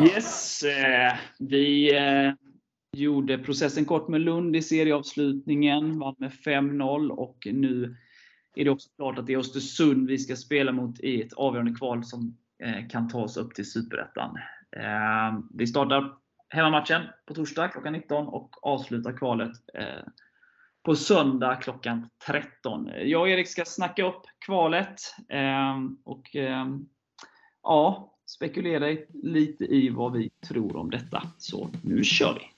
Yes, vi gjorde processen kort med Lund i serieavslutningen, vann med 5-0 och nu är det också klart att det är Östersund vi ska spela mot i ett avgörande kval som kan ta oss upp till Superettan. Vi startar hemmamatchen på torsdag klockan 19 och avslutar kvalet på söndag klockan 13. Jag och Erik ska snacka upp kvalet och spekulera lite i vad vi tror om detta. Så nu kör vi!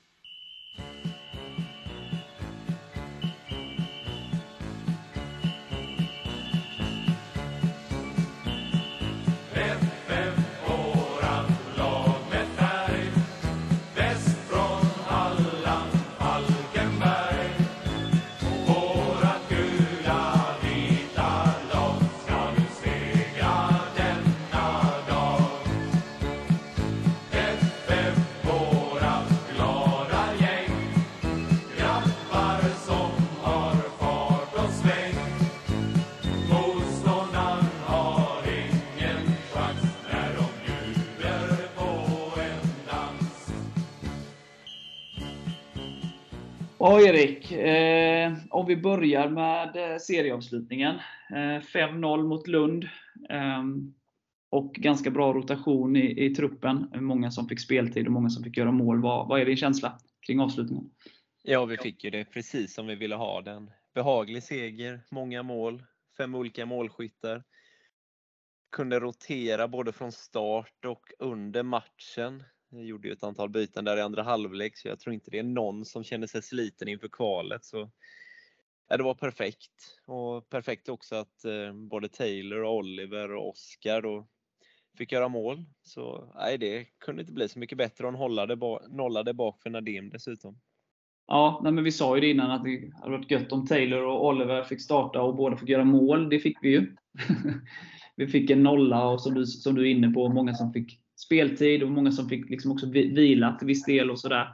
Ja, Erik, om vi börjar med serieavslutningen. 5-0 mot Lund. Och ganska bra rotation i truppen. Många som fick speltid och många som fick göra mål. Vad är din känsla kring avslutningen? Ja, vi fick ju det precis som vi ville ha den. Behaglig seger, många mål, 5 olika målskyttar. Kunde rotera både från start och under matchen. Jag gjorde ju ett antal byten där i andra halvlek, så jag tror inte det är någon som känner sig sliten inför kvalet. Så det var perfekt. Och perfekt också att både Taylor, Oliver och Oscar då fick göra mål. Så nej, det kunde inte bli så mycket bättre än nollade bak för Nadim dessutom. Ja, men vi sa ju det innan att det hade varit gött om Taylor och Oliver fick starta och båda fick göra mål. Det fick vi ju. Vi fick en nolla och som du är inne på, många som fick speltid och många som fick liksom också vila till viss del och sådär.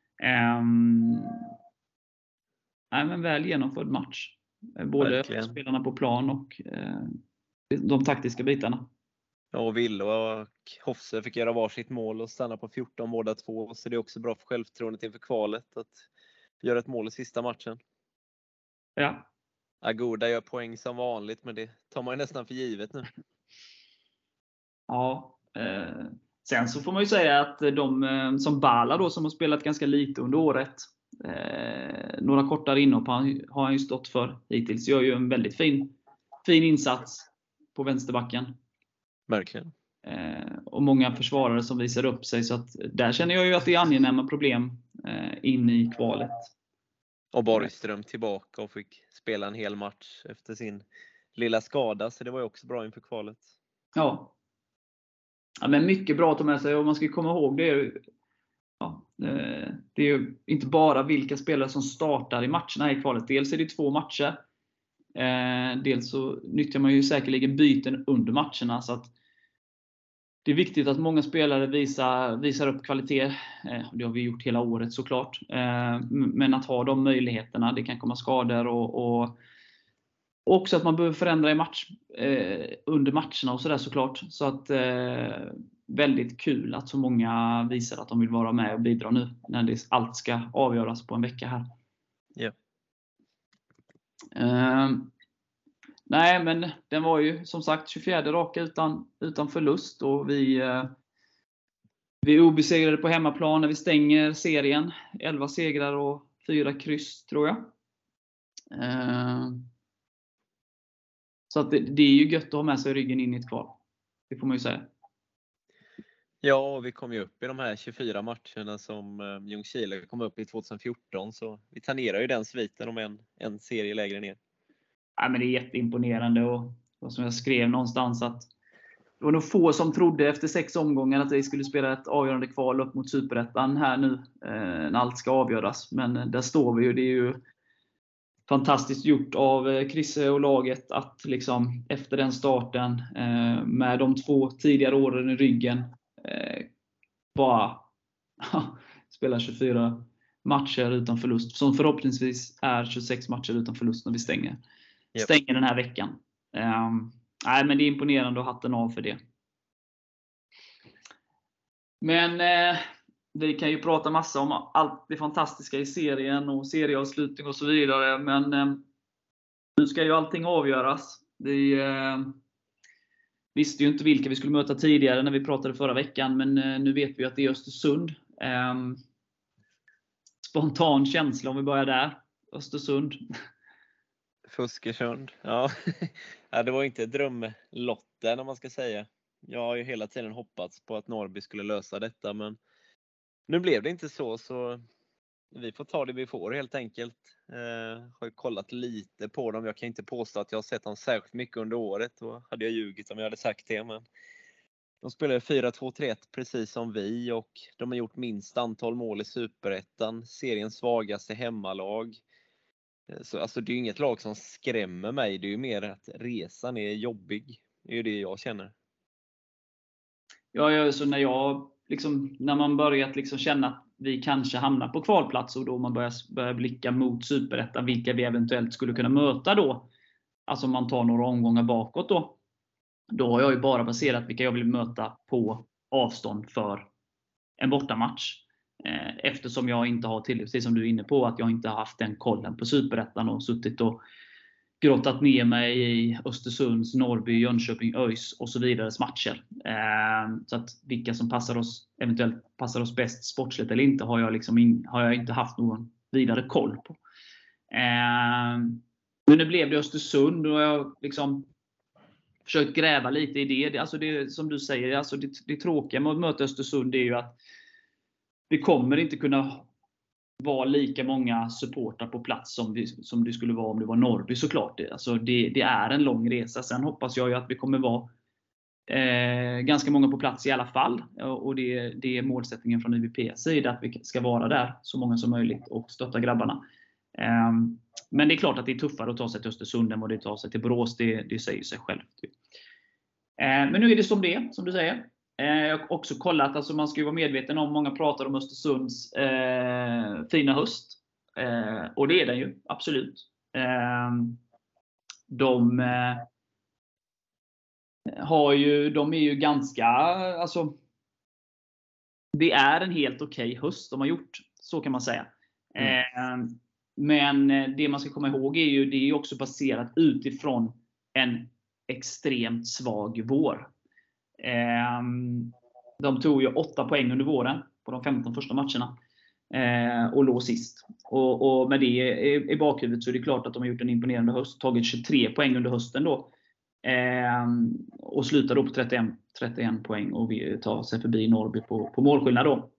Nej, men väl genomförd match. Både Verkligen. Spelarna på plan och de taktiska bitarna. Ja, och Ville och Hofse fick göra varsitt mål och stanna på 14 båda två. Så det är också bra för självförtroendet inför kvalet att göra ett mål i sista matchen. Ja. Agoda gör poäng som vanligt, men det tar man ju nästan för givet nu. Ja. Sen så får man ju säga att de som Bala då, som har spelat ganska lite under året, några kortare inhopp har han ju stått för hittills. Gör ju en väldigt fin insats på vänsterbacken. Verkligen. Och många försvarare som visar upp sig, så att där känner jag ju att det är angenäma problem in i kvalet. Och Borgström tillbaka och fick spela en hel match efter sin lilla skada, så det var ju också bra inför kvalet. Ja, men mycket bra att ta med sig, och man ska komma ihåg det är ju inte bara vilka spelare som startar i matcherna i kvalet. Dels är det 2 matcher. Dels så nyttjar man ju säkerligen byten under matcherna, så att det är viktigt att många spelare visar upp kvalitet. Det har vi gjort hela året såklart. Men att ha de möjligheterna, det kan komma skador och också att man behöver förändra i under matcherna och sådär såklart. Så att väldigt kul att så många visar att de vill vara med och bidra nu när allt ska avgöras på en vecka här. Ja. Nej, men den var ju som sagt 24 raka utan förlust, och vi är obesegrade på hemmaplan när vi stänger serien. 11 segrar och 4 kryss tror jag. Så att det är ju gött att ha med sig ryggen in i ett kval. Det får man ju säga. Ja, vi kom ju upp i de här 24 matcherna som Ljungskile kom upp i 2014, så vi tangerar ju den sviten om en serie lägre ner. Ja, men det är jätteimponerande, och som jag skrev någonstans att det var nog få som trodde efter 6 omgångar att vi skulle spela ett avgörande kval upp mot Superettan här nu när allt ska avgöras. Men där står vi ju. Det är ju fantastiskt gjort av Chrisse och laget att liksom efter den starten med de 2 tidigare åren i ryggen bara spela 24 matcher utan förlust, som förhoppningsvis är 26 matcher utan förlust när vi stänger den här veckan. Nej, men det är imponerande och hatten av för det. Men vi kan ju prata massa om allt det fantastiska i serien och serieavslutning och så vidare. Men nu ska ju allting avgöras. Vi visste ju inte vilka vi skulle möta tidigare när vi pratade förra veckan. Men nu vet vi att det är Östersund. Spontan känsla om vi börjar där. Östersund. Fuskersund. Ja. Ja, det var inte drömlotten om man ska säga. Jag har ju hela tiden hoppats på att Norrby skulle lösa detta, men nu blev det inte så vi får ta det vi får helt enkelt. Har ju kollat lite på dem. Jag kan inte påstå att jag har sett dem särskilt mycket under året. Då hade jag ljugit om jag hade sagt det, men de spelar 4-2-3-1 precis som vi, och de har gjort minst antal mål i Superettan. Seriens svagaste hemmalag. Så alltså det är inget lag som skrämmer mig. Det är ju mer att resan är jobbig. Det är ju det jag känner. Ja, så när man börjat liksom känna att vi kanske hamnar på kvalplats, och då man börjar blicka mot Superettan, vilka vi eventuellt skulle kunna möta då. Alltså om man tar några omgångar bakåt då har jag ju bara baserat vilka jag vill möta på avstånd för en bortamatch. Eftersom jag inte har precis som du är inne på, att jag inte har haft den kollen på Superettan och suttit och grottat ner mig i Östersunds, Norrby, Jönköping, ÖIS och så vidare matcher. Så att vilka som eventuellt passar oss bäst sportsligt eller inte har jag inte haft någon vidare koll på. Men nu blev det Östersund, och jag liksom försökt gräva lite i det. Alltså det som du säger, alltså det tråkiga med att möta Östersund är ju att vi kommer inte kunna vara lika många supportrar på plats som det skulle vara om det var Norrby, såklart. Alltså det är en lång resa. Sen hoppas jag ju att vi kommer vara ganska många på plats i alla fall. Och det är målsättningen från IVPs sida, att vi ska vara där så många som möjligt och stötta grabbarna. Men det är klart att det är tuffare att ta sig till Östersund än vad det är att ta sig till Borås. Det säger sig självt. Men nu är det som du säger. Jag har också kollat, alltså man ska ju vara medveten om, många pratar om Östersunds fina höst. Och det är den ju, absolut. De är ju ganska, alltså det är en helt okej höst de har gjort, så kan man säga. Men det man ska komma ihåg är ju, det är också baserat utifrån en extremt svag vår. De tog ju 8 poäng under våren på de 15 första matcherna och låg sist. Och med det i bakhuvudet så är det klart att de har gjort en imponerande höst. Tagit 23 poäng under hösten då. Och slutar då på 31 poäng och vi tar sig förbi Norrby på målskillnad då.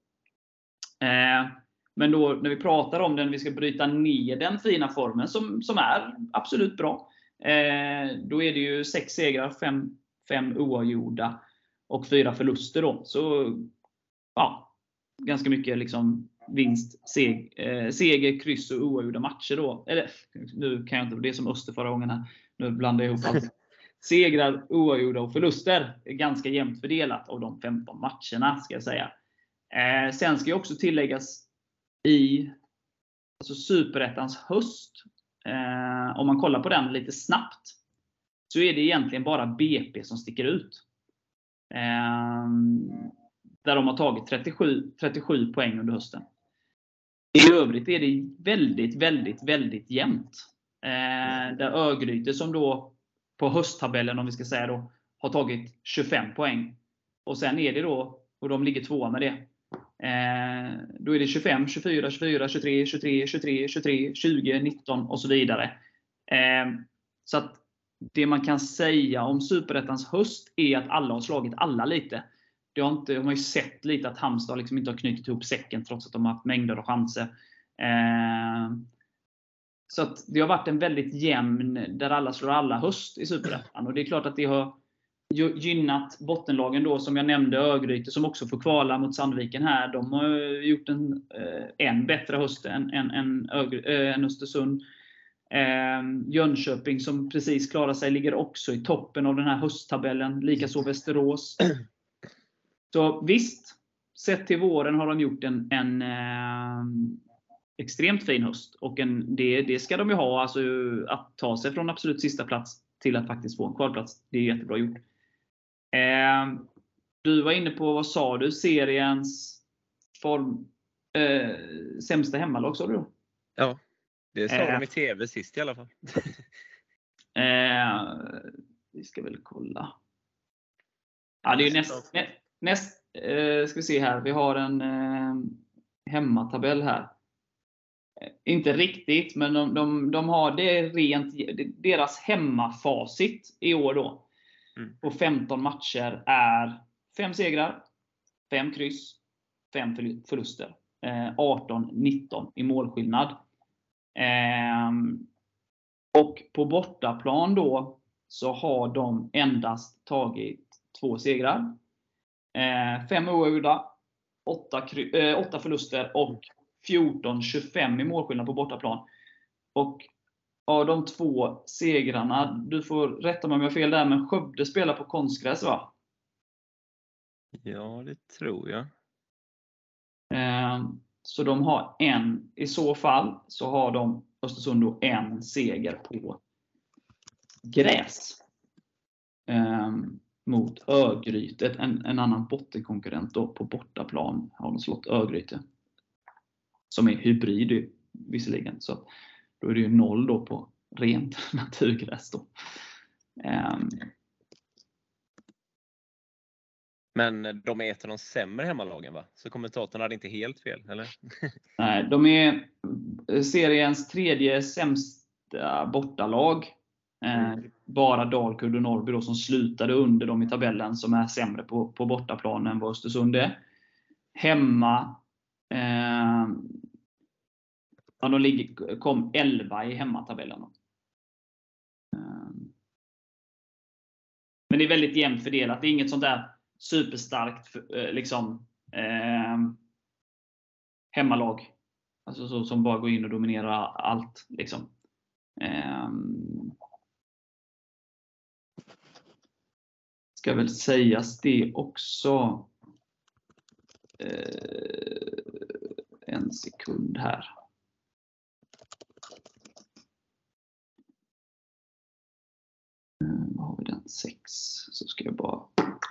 Men då när vi pratar om den, vi ska bryta ner den fina formen som är absolut bra. Då är det ju 6 segrar, 5 oavgjorda och 4 förluster då. Så ja, ganska mycket liksom vinst, seger, kryss och oavgjorda matcher då. Eller nu kan jag inte, det är som Öster förra gången här. Nu blandar jag ihop allt. Segrar, oavgjorda och förluster är ganska jämnt fördelat av de 15 matcherna, ska jag säga. Sen ska jag också tilläggas i alltså Superettans höst. Om man kollar på den lite snabbt, så är det egentligen bara BP som sticker ut. Där de har tagit 37 poäng under hösten. I övrigt är det väldigt, väldigt, väldigt jämnt. Där Örgryte, som då på hösttabellen, om vi ska säga då, har tagit 25 poäng. Och sen är det då, och de ligger tvåa med det. Då är det 25, 24, 24, 23, 23, 23, 23, 20, 19 och så vidare. Så att det man kan säga om Superettans höst är att alla har slagit alla lite. De har ju sett lite att Halmstad liksom inte har knutit ihop säcken, trots att de har haft mängder av chanser. Så att det har varit en väldigt jämn, där alla slår alla höst i Superettan. Och det är klart att det har gynnat bottenlagen då, som jag nämnde, Örgryte, som också får kvala mot Sandviken här. De har gjort en bättre höst än Östersund. Jönköping, som precis klarar sig, ligger också i toppen av den här hösttabellen. Likaså Västerås. Så visst, sett till våren har de gjort en extremt fin höst. Och det ska de ju ha, alltså att ta sig från absolut sista plats till att faktiskt få en kvalplats. Det är jättebra gjort. Du var inne på, vad sa du? Seriens sämsta hemmalag, sa du då? Ja, det sa de i tv sist i alla fall. Vi ska väl kolla. Ja, det är ju ska vi se här. Vi har en hemmatabell här. Inte riktigt, men de har det rent, deras hemmafacit i år då. På 15 matcher är 5 segrar, 5 kryss, 5 förluster. 18-19 i målskillnad. Och på bortaplan då så har de endast tagit 2 segrar, 5 oavgjorda, 8 förluster och 14-25 i målskillnad på bortaplan. Och av de 2 segrarna, du får rätta mig om jag har fel där, men Skövde spelar på konstgräs, va? Ja, det tror jag. Så de har i så fall så har de Östersund då en seger på gräs. Mot Örgryte, en annan bottenkonkurrent då på bortaplan har de slått Örgryte. Som är hybrid visserligen, så då är det ju 0 då på rent naturgräs då. Men de är ett av de sämre hemmalagen, va? Så kommentatorn hade inte helt fel, eller? Nej, de är seriens 3:e sämsta bortalag. Bara Dalkurd och Norrby då, som slutade under dem i tabellen, som är sämre på bortaplan än vad Östersund är. Hemma de kom 11 i hemmatabellen. Men det är väldigt jämnt fördelat. Det är inget sånt där superstarkt hemmalag. Alltså så, som bara går in och dominerar allt. Liksom. Ska väl sägas det också. En sekund här. Vad har vi den? 6. Så ska jag bara...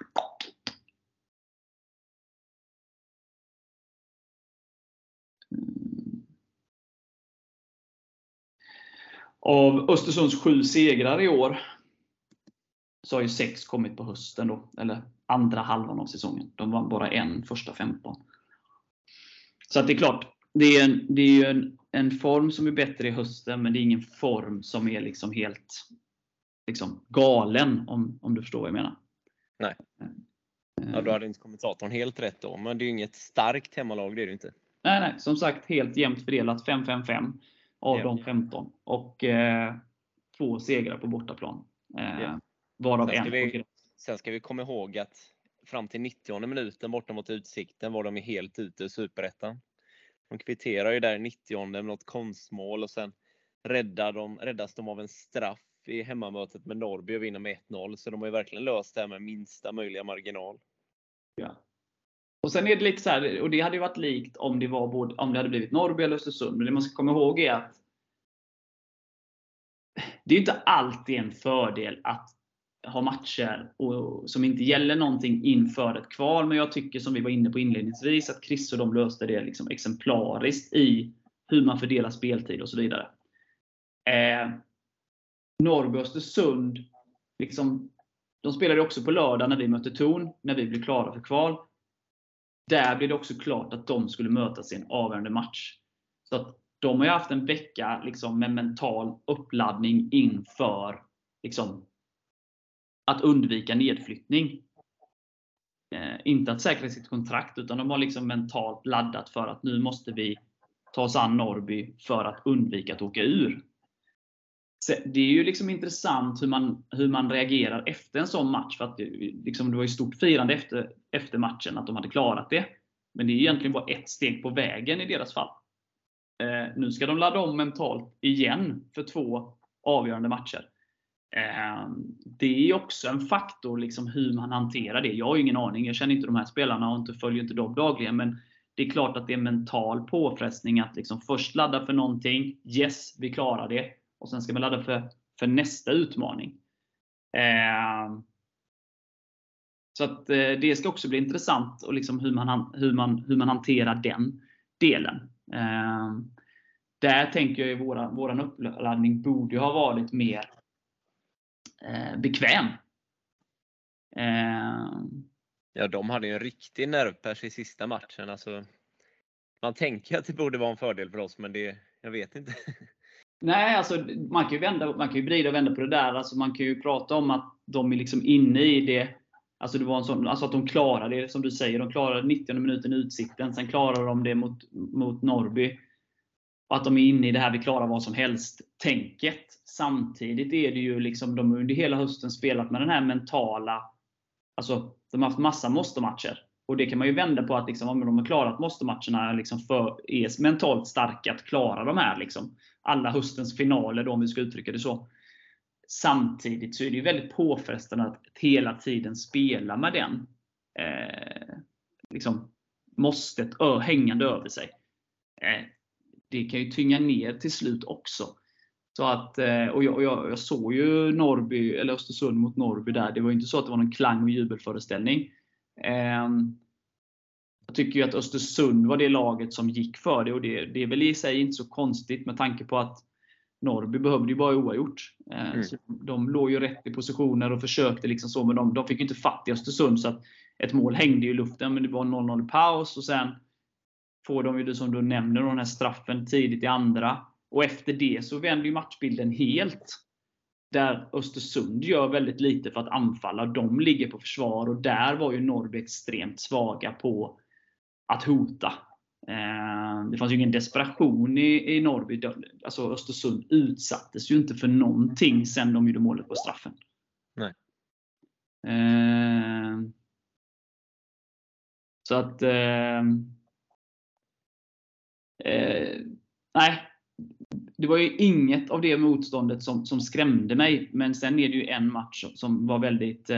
Av Östersunds 7 segrar i år så har ju 6 kommit på hösten då, eller andra halvan av säsongen. De var bara en första 15. Så att det är klart, det är ju en form som är bättre i hösten, men det är ingen form som är liksom helt galen, om du förstår vad jag menar. Nej. Ja, då hade inte kommentatorn helt rätt då, men det är ju inget starkt hemmalag, det är det inte. Nej, som sagt helt jämnt fördelat, 5-5-5 av de 15 och 2 segrar på bortaplan. Varav sen ska vi komma ihåg att fram till 90:e minuten borta mot Utsikten var de helt ute i Superettan. De kvitterar ju där i 90:e med något konstmål, och sen räddas de av en straff i hemmamötet med Norrby och vinner med 1-0. Så de har ju verkligen löst det här med minsta möjliga marginal. Ja. Och sen är det lite så här, och det hade ju varit likt om det hade blivit Norrby eller Östersund. Men det man ska komma ihåg är att det är inte alltid en fördel att ha matcher som inte gäller någonting inför ett kval. Men jag tycker, som vi var inne på inledningsvis, att Chris och de löste det liksom exemplariskt i hur man fördelar speltid och så vidare. Norrby och Östersund, de spelade också på lördag när vi mötte Torn, när vi blev klara för kval. Där blev det också klart att de skulle mötas i en avgörande match. Så att de har ju haft en vecka med mental uppladdning inför att undvika nedflyttning. Inte att säkra sitt kontrakt, utan de har mentalt laddat för att nu måste vi ta oss an Norrby för att undvika att åka ur. Så det är ju intressant hur man reagerar efter en sån match. För att det var ju stort firande efter matchen att de hade klarat det. Men det är egentligen bara ett steg på vägen i deras fall. Nu ska de ladda om mentalt igen för 2 avgörande matcher. Det är också en faktor hur man hanterar det. Jag har ju ingen aning. Jag känner inte de här spelarna och följer inte dem dagligen. Men det är klart att det är mental påfrestning att först ladda för någonting. Yes, vi klarar det. Och sen ska man ladda för nästa utmaning. Så att det ska också bli intressant och liksom hur man hanterar den delen. Där tänker jag våran uppladdning borde ha varit mer bekväm. Ja, de hade ju en riktig nervpärs i sista matchen. Alltså, man tänker att det borde vara en fördel för oss, men jag vet inte. Nej, alltså man kan ju vrida och vända på det där. Alltså man kan ju prata om att de är liksom inne i det. Alltså det var en sån, alltså att de klarade det, som du säger. De klarade 90 minuten Utsikten. Sen klarade de det mot Norrby. Och att de är inne i det här vi klarar vad som helst tänket. Samtidigt är det ju liksom, de har under hela hösten spelat med den här mentala. Alltså de har haft massa måste-matcher. Och det kan man ju vända på att liksom, om de har klarat måste-matcherna liksom är mentalt starka att klara de här. Liksom, alla höstens finaler då, om vi ska uttrycka det så. Samtidigt så är det ju väldigt påfrestande att hela tiden spela med den liksom, måstet hängande över sig. Det kan ju tynga ner till slut också. Så att, och jag såg ju Norrby, eller Östersund mot Norrby där. Det var ju inte så att det var någon klang- och jubelföreställning. Jag tycker ju att Östersund var det laget som gick för det. Och det är väl i sig inte så konstigt med tanke på att Norrby behövde ju bara oavgjort. Så de låg ju rätt i positioner och försökte liksom så. Men de fick ju inte fatt i Östersund. Så att ett mål hängde ju i luften. Men det var 0-0 i paus. Och sen får de ju det som du nämner, den här straffen tidigt i andra. Och efter det så vänder ju matchbilden helt. Där Östersund gör väldigt lite för att anfalla. De ligger på försvar. Och där var ju Norrby extremt svaga på att hota. Det fanns ju ingen desperation i Norrby. Alltså Östersund utsattes ju inte för någonting sen de gjorde målet på straffen. Nej. Så att nej, det var ju inget av det motståndet som skrämde mig. Men sen är det ju en match som var väldigt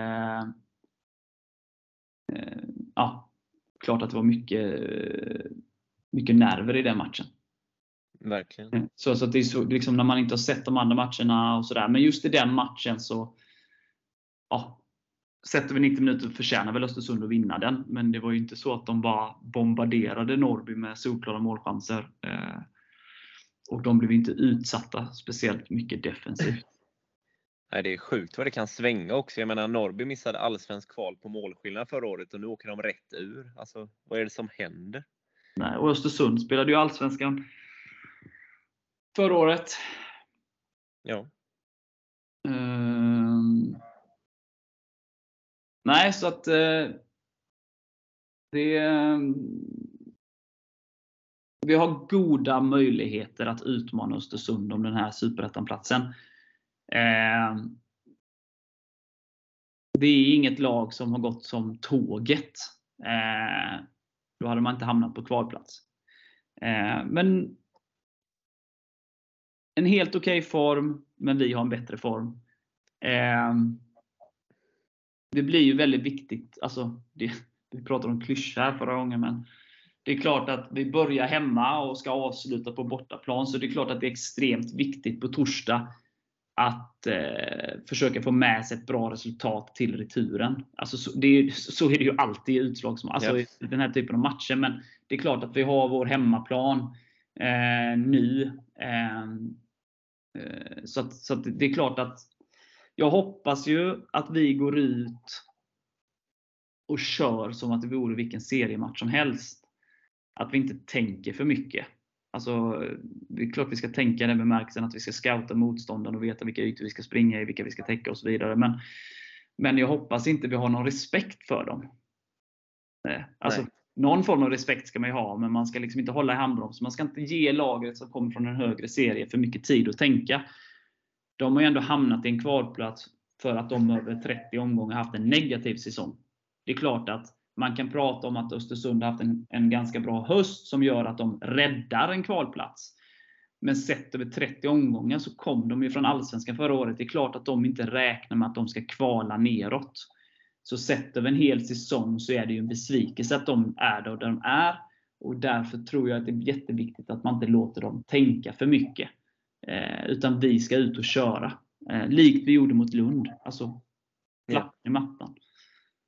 klart att det var mycket nerver i den matchen. Verkligen. Så att det är så, liksom, när man inte har sett de andra matcherna och sådär. Men just i den matchen så sätter vi 90 minuter förtjänar väl Östersund att vinna den. Men det var ju inte så att de bara bombarderade Norrby med solklara målchanser. Och de blev inte utsatta speciellt mycket defensivt. Nej, det är sjukt vad det kan svänga också. Jag menar, Norrby missade allsvensk kval på målskillnad förra året och nu åker de rätt ur. Alltså, vad är det som händer? Nej, och Östersund spelade ju allsvenskan förra året. Ja. Nej, så att vi har goda möjligheter att utmana Östersund om den här superettanplatsen. Det är inget lag som har gått som tåget. Då hade man inte hamnat på kvalplats. Men en helt okej form, men vi har en bättre form. Det blir ju väldigt viktigt. Alltså, vi pratade om klyschor här förra gången, men det är klart att vi börjar hemma och ska avsluta på bortaplan. Så det är klart att det är extremt viktigt på torsdag att försöka få med sig ett bra resultat till returen. Alltså, så är det ju alltid i utslagsmål, i den här typen av matcher. Men det är klart att vi har vår hemmaplan nu. Så att det är klart att jag hoppas ju att vi går ut och kör som att det vore vilken seriematch som helst. Att vi inte tänker för mycket. Alltså, det är klart vi ska tänka den bemärkelsen att vi ska scouta motståndaren och veta vilka ytor vi ska springa i, vilka vi ska täcka och så vidare. Men jag hoppas inte vi har någon respekt för dem. Alltså, någon form av respekt ska man ju ha, men man ska liksom inte hålla i handbroms. Man ska inte ge laget som kommer från en högre serie för mycket tid att tänka. De har ju ändå hamnat i en kvalplats för att de över 30 omgångar haft en negativ säsong. Det är klart att man kan prata om att Östersund har haft en ganska bra höst som gör att de räddar en kvalplats. Men sett över 30 omgångar så kom de ju från allsvenskan förra året. Det är klart att de inte räknar med att de ska kvala neråt. Så sett över en hel säsong så är det ju en besvikelse att de är där de är. Och därför tror jag att det är jätteviktigt att man inte låter dem tänka för mycket. Utan vi ska ut och köra. Likt vi gjorde mot Lund. Alltså, klapp i mattan.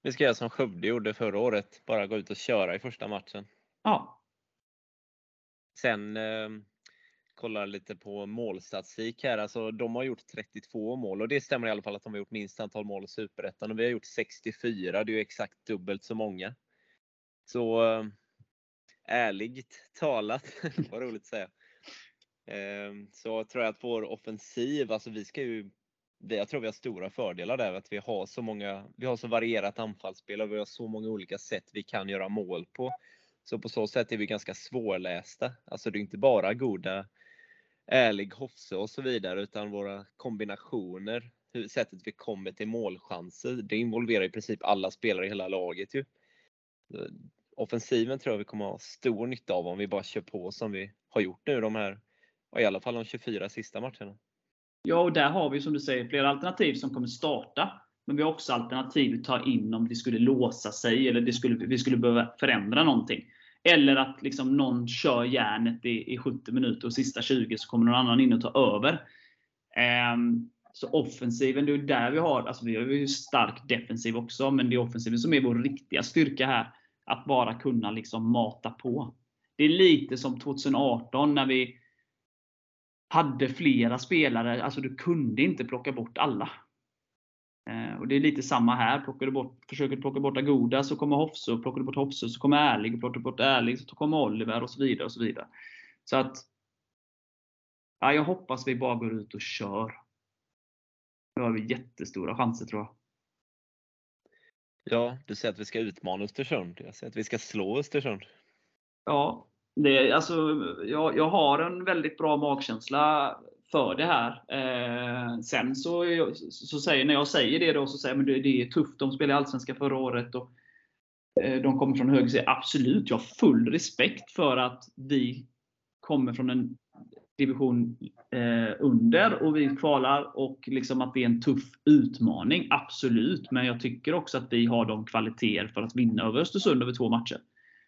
Vi ska göra som Skövde gjorde förra året. Bara gå ut och köra i första matchen. Ja. Sen kollar lite på målstatistik här. Alltså, de har gjort 32 mål. Och det stämmer i alla fall att de har gjort minst antal mål i Superettan. Och vi har gjort 64. Det är ju exakt dubbelt så många. Så ärligt talat. Vad roligt att säga. Så tror jag att vår offensiv, alltså jag tror vi har stora fördelar där, att vi har så varierat anfallsspel och vi har så många olika sätt vi kan göra mål på. Så på så sätt är vi ganska svårlästa. Alltså det är inte bara goda, ärlig Hofse och så vidare, utan våra kombinationer, sättet vi kommer till målchanser, det involverar i princip alla spelare i hela laget ju. Offensiven tror jag vi kommer ha stor nytta av om vi bara kör på som vi har gjort nu i alla fall de 24 sista matcherna. Ja, och där har vi som du säger flera alternativ som kommer starta. Men vi har också alternativ att ta in om det skulle låsa sig eller vi skulle behöva förändra någonting. Eller att liksom någon kör järnet i 70 minuter och sista 20 så kommer någon annan in och tar över. Så offensiven, det är där vi har, alltså vi har ju stark defensiv också, men det är offensiven som är vår riktiga styrka här. Att bara kunna liksom mata på. Det är lite som 2018 när vi hade flera spelare, alltså du kunde inte plocka bort alla. Och det är lite samma här. Försöker plocka bort Agoda så kommer Hofse, och plockar du bort Hofse så kommer Ärlig, och plockar du bort Ärlig så kommer Oliver och så vidare och så vidare. Så att ja, jag hoppas vi bara går ut och kör. Då har vi jättestora chanser tror jag. Ja, du säger att vi ska utmana Östersund. Jag säger att vi ska slå Östersund. Ja, jag har en väldigt bra magkänsla för det här. Sen så säger, när jag säger det då, så säger jag, men det är tufft. De spelade i Allsvenskan förra året och de kommer från hög serie. Absolut, jag har full respekt för att vi kommer från en division under och vi kvalar och liksom att det är en tuff utmaning. Absolut, men jag tycker också att vi har de kvaliteter för att vinna över Östersund över 2 matcher.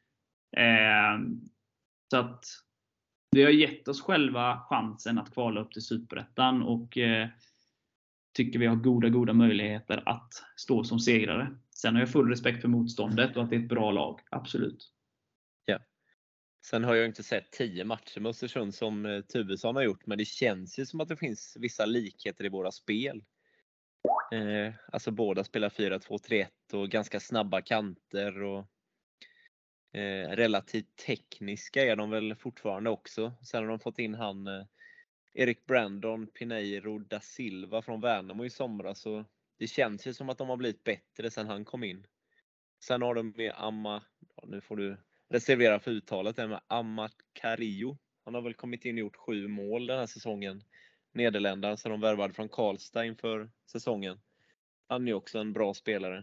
Så att vi har gett oss själva chansen att kvala upp till Superettan och tycker vi har goda möjligheter att stå som segrare. Sen har jag full respekt för motståndet och att det är ett bra lag, absolut. Ja. Sen har jag inte sett 10 matcher med Östersund som Tuvesson har gjort, men det känns ju som att det finns vissa likheter i våra spel. Alltså båda spelar 4-2-3-1 och ganska snabba kanter och relativt tekniska är de väl fortfarande också. Sen har de fått in Erik Brandon Pineiro da Silva från Värnamo i somras, så det känns ju som att de har blivit bättre sen han kom in. Sen har de med nu får du reservera för uttalet med Amat Carillo. Han har väl kommit in och gjort 7 mål den här säsongen. Nederländaren som de värvade från Karlstad inför säsongen. Han är också en bra spelare.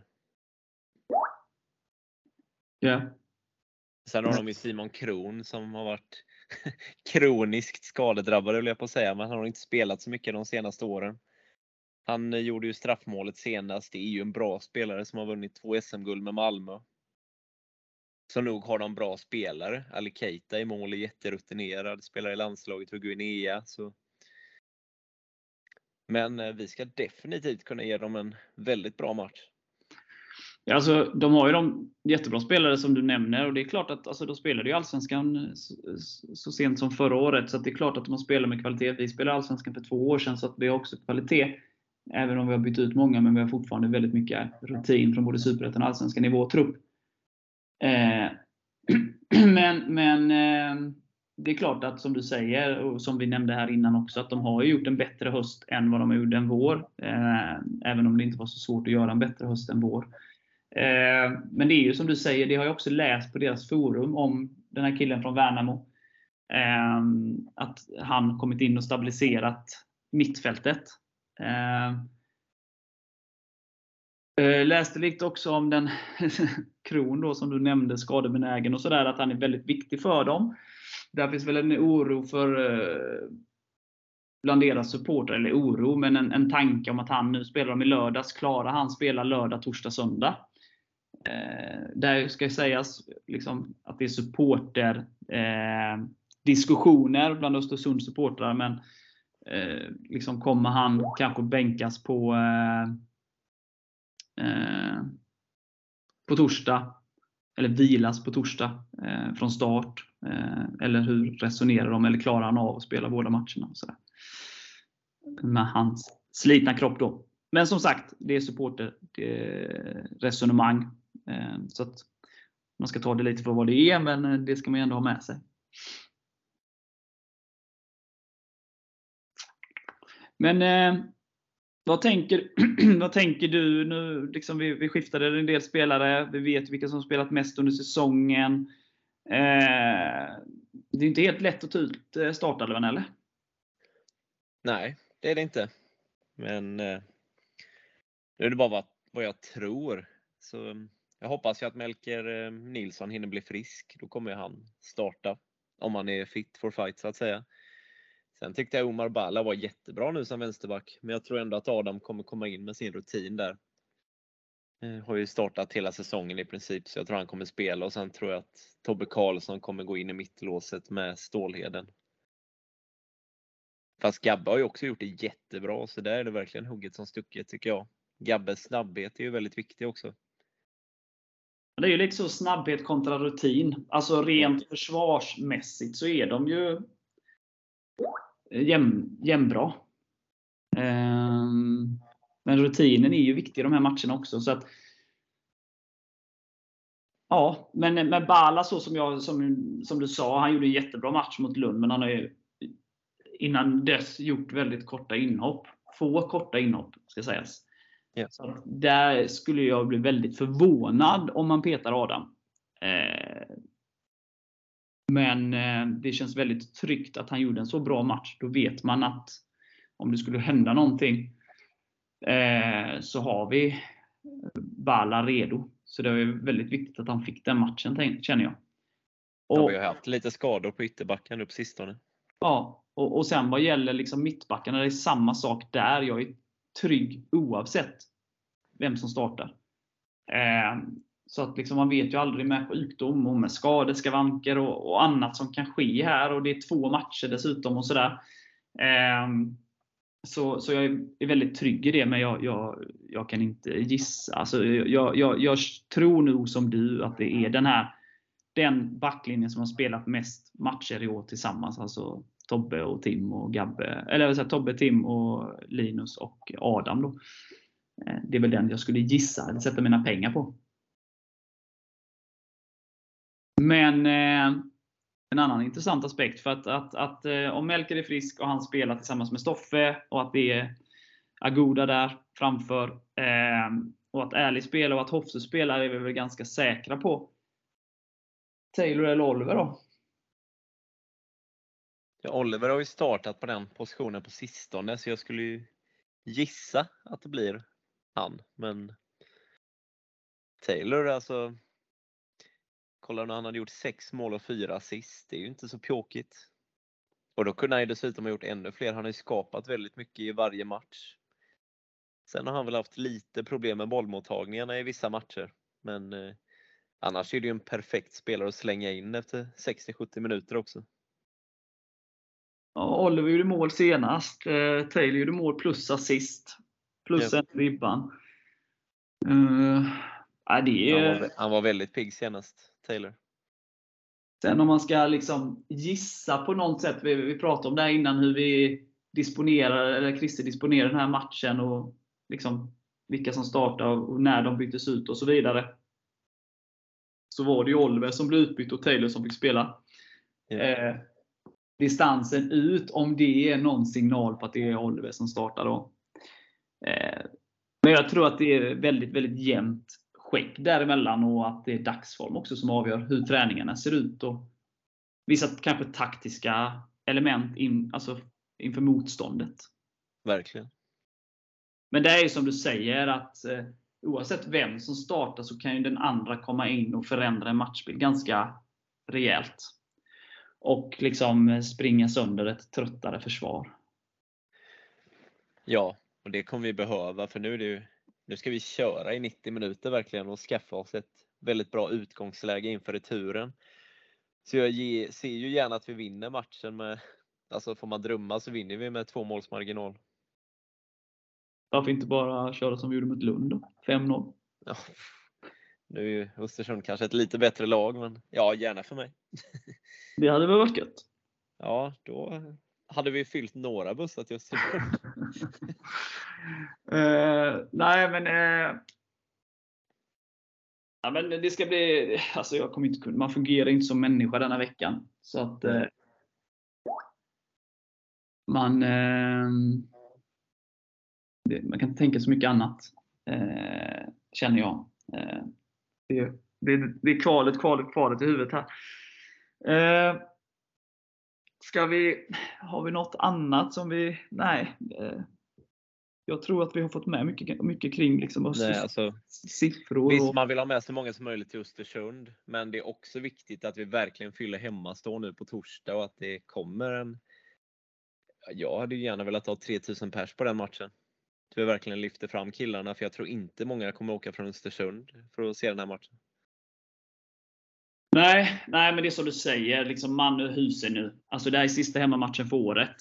Ja. Sen har de ju Simon Kron som har varit kroniskt skadedrabbad, vill jag på säga, men han har inte spelat så mycket de senaste åren. Han gjorde ju straffmålet senast. Det är ju en bra spelare som har vunnit 2 SM-guld med Malmö. Så nog har de bra spelare. Ali Keita i mål är jätterutinerad, spelar i landslaget för Guinea. Så. Men vi ska definitivt kunna ge dem en väldigt bra match. Ja, alltså, de har ju de jättebra spelare som du nämner och det är klart att alltså, de spelade ju Allsvenskan så sent som förra året, så att det är klart att de har spelat med kvalitet. Vi spelade Allsvenskan för 2 år sedan, så att vi har också kvalitet. Även om vi har bytt ut många, men vi har fortfarande väldigt mycket rutin från både Superettan och Allsvenskan i vår trupp. Men det är klart att som du säger, och som vi nämnde här innan också, att de har gjort en bättre höst än vad de har gjort en vår. Även om det inte var så svårt att göra en bättre höst än vår. Men det är ju som du säger, det har jag också läst på deras forum om den här killen från Värnamo. Att han kommit in och stabiliserat mittfältet. Läste lite också om den Kron då, som du nämnde, skadebenägen och sådär, att han är väldigt viktig för dem. Där finns väl en oro för bland deras supportrar, eller oro, men en tanke om att han nu spelar dem i lördags. Klarar han spela lördag, torsdag, söndag? Där ska sägas liksom att det är supporter diskussioner bland Östersunds supportrar, men liksom kommer han kanske bänkas på på torsdag, eller vilas på torsdag från start, eller hur resonerar de, eller klarar han av att spela båda matcherna och sådär. Med hans slitna kropp då. Men som sagt, det är supporter-resonemang. Så att man ska ta det lite för vad det är, men det ska man ändå ha med sig. Men vad tänker du nu? Liksom vi skiftade en del spelare. Vi vet vilka som spelat mest under säsongen. Det är inte helt lätt att ta ut startelvan, eller? Nej, det är det inte. Men nu är det bara vad jag tror. Så jag hoppas ju att Melker Nilsson hinner bli frisk. Då kommer han starta. Om han är fit for fight så att säga. Sen tyckte jag Omar Balla var jättebra nu som vänsterback. Men jag tror ändå att Adam kommer komma in med sin rutin där. Har ju startat hela säsongen i princip. Så jag tror han kommer spela. Och sen tror jag att Tobbe Karlsson kommer gå in i mittlåset med Stålheden. Fast Gabbe har ju också gjort det jättebra. Så där är det verkligen hugget som stucket tycker jag. Gabbes snabbhet är ju väldigt viktig också. Det är ju lite så snabbhet kontra rutin. Alltså rent försvarsmässigt så är de ju jämnbra. Men rutinen är ju viktig i de här matcherna också. Så att, ja, men med Bala så som du sa, han gjorde en jättebra match mot Lund, men han har ju innan dess gjort väldigt korta inhopp. Få korta inhopp ska sägas. Yeah. Så att där skulle jag bli väldigt förvånad om man petar Adam. Men det känns väldigt tryggt att han gjorde en så bra match. Då vet man att om det skulle hända någonting så har vi Bala redo. Så det är väldigt viktigt att han fick den matchen, känner jag. Och vi har haft lite skador på ytterbacken upp sistone. Ja, och sen vad gäller liksom mittbackarna, det är samma sak där. Jag är trygg oavsett vem som startar. Så att liksom man vet ju aldrig med sjukdom och med skadeskavanker och annat som kan ske här. Och det är 2 matcher dessutom och sådär. Så jag är väldigt trygg i det, men jag kan inte gissa. Alltså jag tror nog som du att det är den backlinjen som har spelat mest matcher i år tillsammans. Alltså Tobbe och Tim och Gabbe. Eller jag säga, Tobbe, Tim och Linus och Adam då. Det är väl den jag skulle gissa eller sätta mina pengar på. Men en annan intressant aspekt för att om Melker är frisk och han spelar tillsammans med Stoffe och att det är Agoda där framför och att Ärlig spelar och att Hofse spelar är vi väl ganska säkra på. Taylor eller Oliver då? Ja, Oliver har ju startat på den positionen på sistone, så jag skulle ju gissa att det blir han. Men Taylor, alltså, kolla när han hade gjort 6 mål och 4 assist. Det är ju inte så pjåkigt. Och då kunde han ju dessutom ha gjort ännu fler. Han har ju skapat väldigt mycket i varje match. Sen har han väl haft lite problem med bollmottagningarna i vissa matcher. Men annars är det ju en perfekt spelare att slänga in efter 60-70 minuter också. Ja, Oliver gjorde mål senast. Taylor gjorde mål plus assist. Plus en ribban. Han var väldigt pigg senast, Taylor. Sen om man ska liksom gissa på något sätt. Vi pratade om det här innan, hur vi disponerar, eller Christer disponerar den här matchen. Och liksom vilka som startar och när de byttes ut och så vidare. Så var det ju Oliver som blev utbytt och Taylor som fick spela. Distansen ut, om det är någon signal på att det är Oliver som startar då. Men jag tror att det är väldigt, väldigt jämnt skäck däremellan och att det är dagsform också som avgör hur träningarna ser ut och vissa kanske taktiska element inför motståndet. Verkligen. Men det är ju som du säger att oavsett vem som startar så kan ju den andra komma in och förändra en matchbild ganska rejält. Och liksom springa sönder ett tröttare försvar. Ja, och det kommer vi behöva, för nu ska vi köra i 90 minuter verkligen och skaffa oss ett väldigt bra utgångsläge inför returen. Så jag ser ju gärna att vi vinner matchen med, alltså får man drömma så vinner vi med 2 måls marginal. Varför inte bara köra som vi gjorde mot Lund då? 5-0. Ja, Nu är ju Östersund kanske ett lite bättre lag, men ja, gärna för mig. Det hade väl varit gött. Ja, då hade vi fyllt några bussar till Östersund. Nej, men ja, men det ska bli, alltså jag kommer inte kunna, man fungerar inte som människa denna veckan. Så att man kan inte tänka så mycket annat, känner jag. Det är kvalet i huvudet här. Har vi något annat som vi... Nej. Jag tror att vi har fått med mycket kring liksom, Nej, alltså, siffror. Visst, man vill ha med så många som möjligt till Östersund, men det är också viktigt att vi verkligen fyller hemmastå nu på torsdag och att det kommer en... Jag hade ju gärna velat ha 3000 pers på den matchen. Så vi verkligen lyfter fram killarna, för jag tror inte många kommer åka från Östersund för att se den här matchen. Nej, men det är som du säger, liksom man och husen nu. Alltså det här är sista hemmamatchen för året.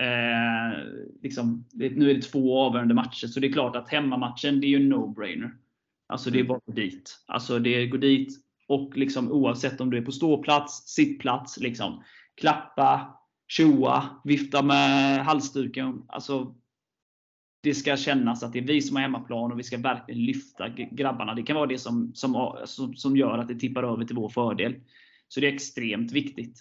Nu är det 2 avgörande matcher, så det är klart att hemmamatchen, det är ju en no-brainer. Alltså det är bara att gå dit. Alltså det går dit, och liksom oavsett om du är på ståplats, sittplats, liksom klappa, tjoa, vifta med halsduken. Alltså det ska kännas att det är vi som har hemmaplan, och vi ska verkligen lyfta grabbarna. Det kan vara det som gör att det tippar över till vår fördel. Så det är extremt viktigt.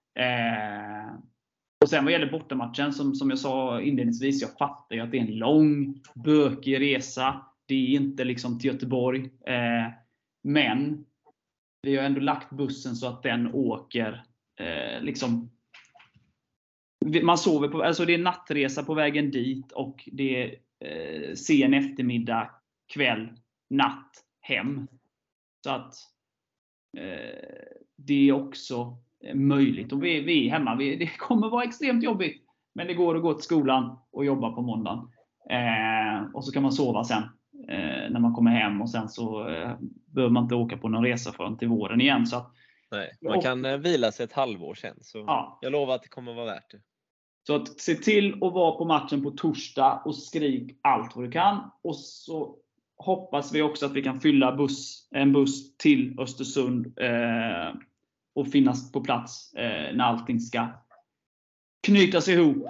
Och sen vad gäller bortamatchen, som jag sa inledningsvis, jag fattar ju att det är en lång, bökig resa. Det är inte liksom till Göteborg. Men vi har ändå lagt bussen så att den åker liksom... Man sover på, alltså det är nattresa på vägen dit, och det är sen eftermiddag, kväll, natt, hem. Så att det är också möjligt. Och vi är hemma. Det kommer vara extremt jobbigt, men det går att gå till skolan och jobba på måndagen. Och så kan man sova sen när man kommer hem, och sen så behöver man inte åka på någon resa förrän till våren igen. Så att, nej, man kan vila sig ett halvår sen. Så ja. Jag lovar att det kommer vara värt det. Så att se till att vara på matchen på torsdag och skrik allt vad du kan. Och så hoppas vi också att vi kan fylla en buss till Östersund och finnas på plats när allting ska knytas ihop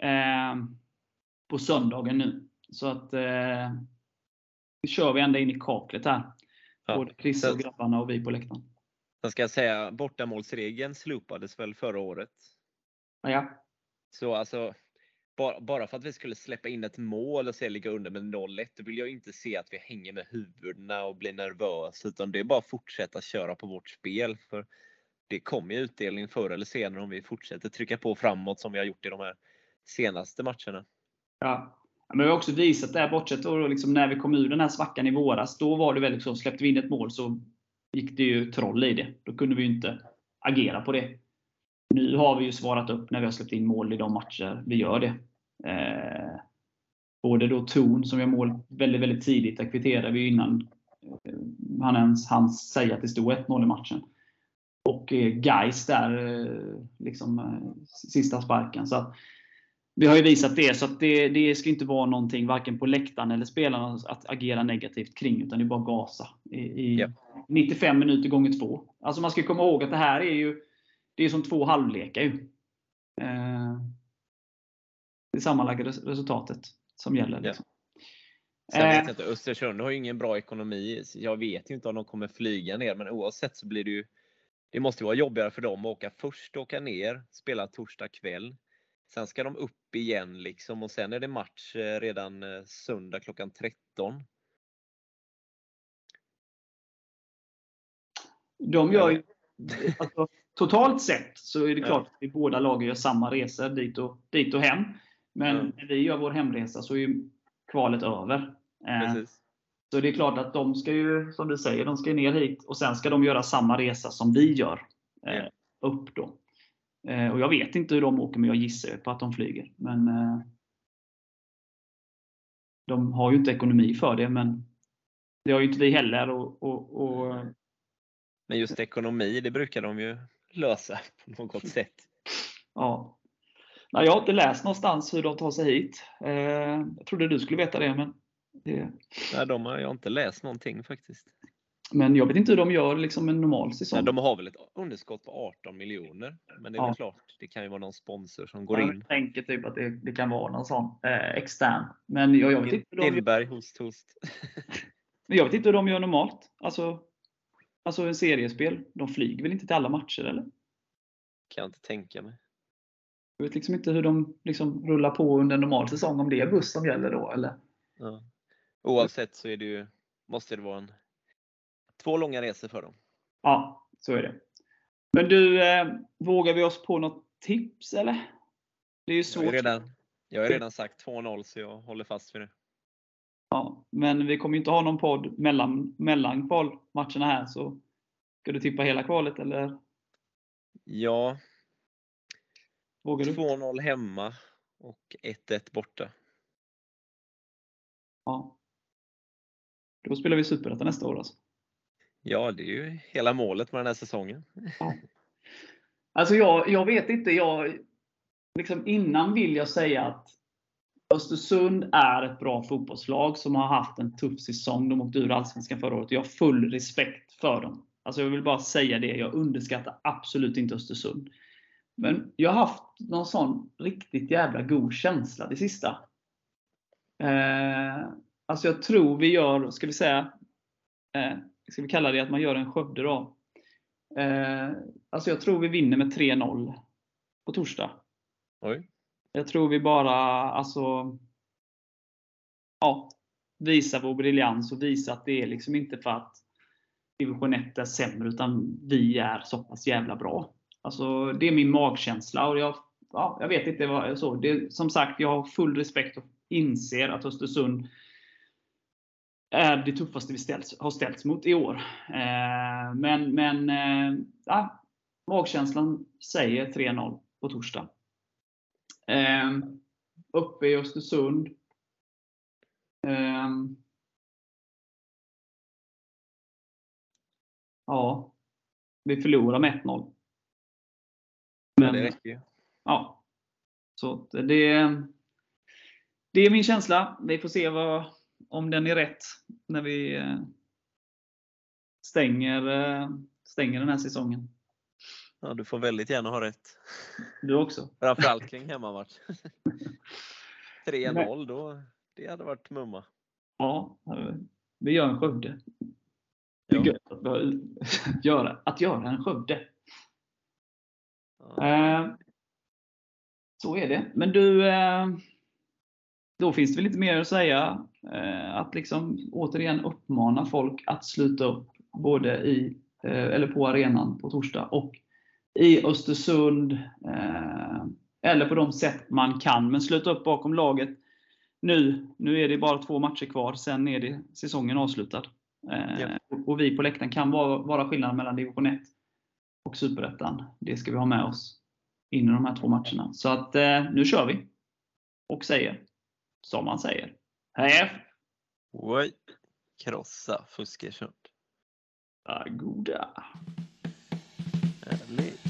på söndagen nu. Så att vi kör vi ända in i kaklet här. Ja. Både Chris och grabbarna och vi på läktaren. Jag ska säga, bortamålsregeln slopades väl förra året. Ja. Så alltså, bara för att vi skulle släppa in ett mål och se ligga under med 0-1, då vill jag inte se att vi hänger med huvudena och blir nervösa, utan det är bara att fortsätta köra på vårt spel, för det kommer ju utdelning förr eller senare om vi fortsätter trycka på framåt som vi har gjort i de här senaste matcherna. Ja. Men vi har också visat det här, bortsett då, liksom när vi kom ur den här svackan i våras, då var det väldigt så, släppte vi in ett mål så gick det ju troll i det. Då kunde vi ju inte agera på det. Nu har vi ju svarat upp när vi har släppt in mål i de matcher vi gör det. Både då Torn som gör mål väldigt, väldigt tidigt, där kvitterar vi innan han ens hann säga att det stod 1-0 i matchen. Och Gais där, liksom sista sparken. Så att, vi har ju visat det, så att det ska inte vara någonting varken på läktaren eller spelarna att agera negativt kring, utan det är bara gasa i 95 minuter gånger 2. Alltså man ska komma ihåg att det här är ju, det är som 2 halvlekar ju. Det sammanlagda resultatet som gäller. Liksom. Sen vet jag inte, Östersund har ju ingen bra ekonomi. Jag vet ju inte om de kommer flyga ner, men oavsett så blir det ju, det måste vara jobbigare för dem att åka först, åka ner, spela torsdag kväll. Sen ska de upp igen liksom, och sen är det match redan söndag klockan 13. De gör ju, alltså, totalt sett så är det klart att vi båda lagen gör samma resor dit och hem. Men när vi gör vår hemresa så är ju kvalet över. Precis. Så det är klart att de ska ju, som du säger, de ska ner hit och sen ska de göra samma resa som vi gör upp då. Och jag vet inte hur de åker, men jag gissar på att de flyger. Men de har ju inte ekonomi för det, men det har ju inte vi heller. Men just ekonomi, det brukar de ju lösa på något sätt. Ja. Nej, jag har inte läst någonstans hur de tar sig hit. Jag trodde du skulle veta det, men det... Nej, de har jag inte läst någonting faktiskt. Men jag vet inte hur de gör liksom en normal säsong. Ja, de har väl ett underskott på 18 miljoner. Men det är väl klart, det kan ju vara någon sponsor som går in. Jag tänker typ att det kan vara någon sån extern. Men jag vet inte hur de Lindberg, host. Men jag vet inte hur de gör normalt. Alltså en seriespel. De flyger väl inte till alla matcher, eller? Kan jag inte tänka mig. Jag vet liksom inte hur de liksom rullar på under en normal säsong. Om det är buss som gäller då, eller? Ja. Oavsett så är det ju, måste det vara 2 långa resor för dem. Ja, så är det. Men du, vågar vi oss på något tips, eller? Det är ju svårt. Jag har redan sagt 2-0, så jag håller fast vid det. Ja, men vi kommer ju inte ha någon podd mellan kvalmatcherna här, så ska du tippa hela kvalet, eller? Ja. Vågar du? 2-0 hemma och 1-1 borta. Ja. Då spelar vi Superettan nästa år alltså. Ja, det är ju hela målet med den här säsongen. Ja. Alltså jag vet inte. Liksom innan vill jag säga att Östersund är ett bra fotbollslag som har haft en tuff säsong. De åkte ur Allsvenskan förra året. Jag har full respekt för dem. Alltså jag vill bara säga det. Jag underskattar absolut inte Östersund. Men jag har haft någon sån riktigt jävla god känsla det sista. Alltså jag tror vi gör, ska vi kalla det att man gör en Skövde då. Alltså jag tror vi vinner med 3-0 på torsdag. Oj. Jag tror vi bara visar vår briljans och visar att det är liksom inte för att division 1 är sämre, utan vi är så pass jävla bra. Alltså det är min magkänsla, och jag vet inte vad så. Som sagt, jag har full respekt och inser att Östersund är det tuffaste vi har ställts mot i år. Men magkänslan säger 3-0 på torsdag. Uppe i Östersund. Ja, vi förlorar med 1-0. Men, det räcker ju. Ja. Så det är min känsla. Vi får se om den är rätt när vi stänger den här säsongen. Ja, du får väldigt gärna ha rätt. Du också. Framförallt kring hemmamatch. 3-0 då, det hade varit mumma. Ja, vi gör en Skövde. Det är gött att göra en Skövde. Ja. Så är det. Men du, då finns det väl lite mer att säga. Att liksom återigen uppmana folk att sluta upp både eller på arenan på torsdag och i Östersund, eller på de sätt man kan. Men sluta upp bakom laget. Nu är det bara 2 matcher kvar, sen är det säsongen avslutad. Och vi på läktaren kan vara skillnaden mellan division 1 och Superettan. Det ska vi ha med oss in i de här 2 matcherna. Så att nu kör vi. Och säger, som man säger, hej! Oj, krossa Fuskersund. Goda. Härligt.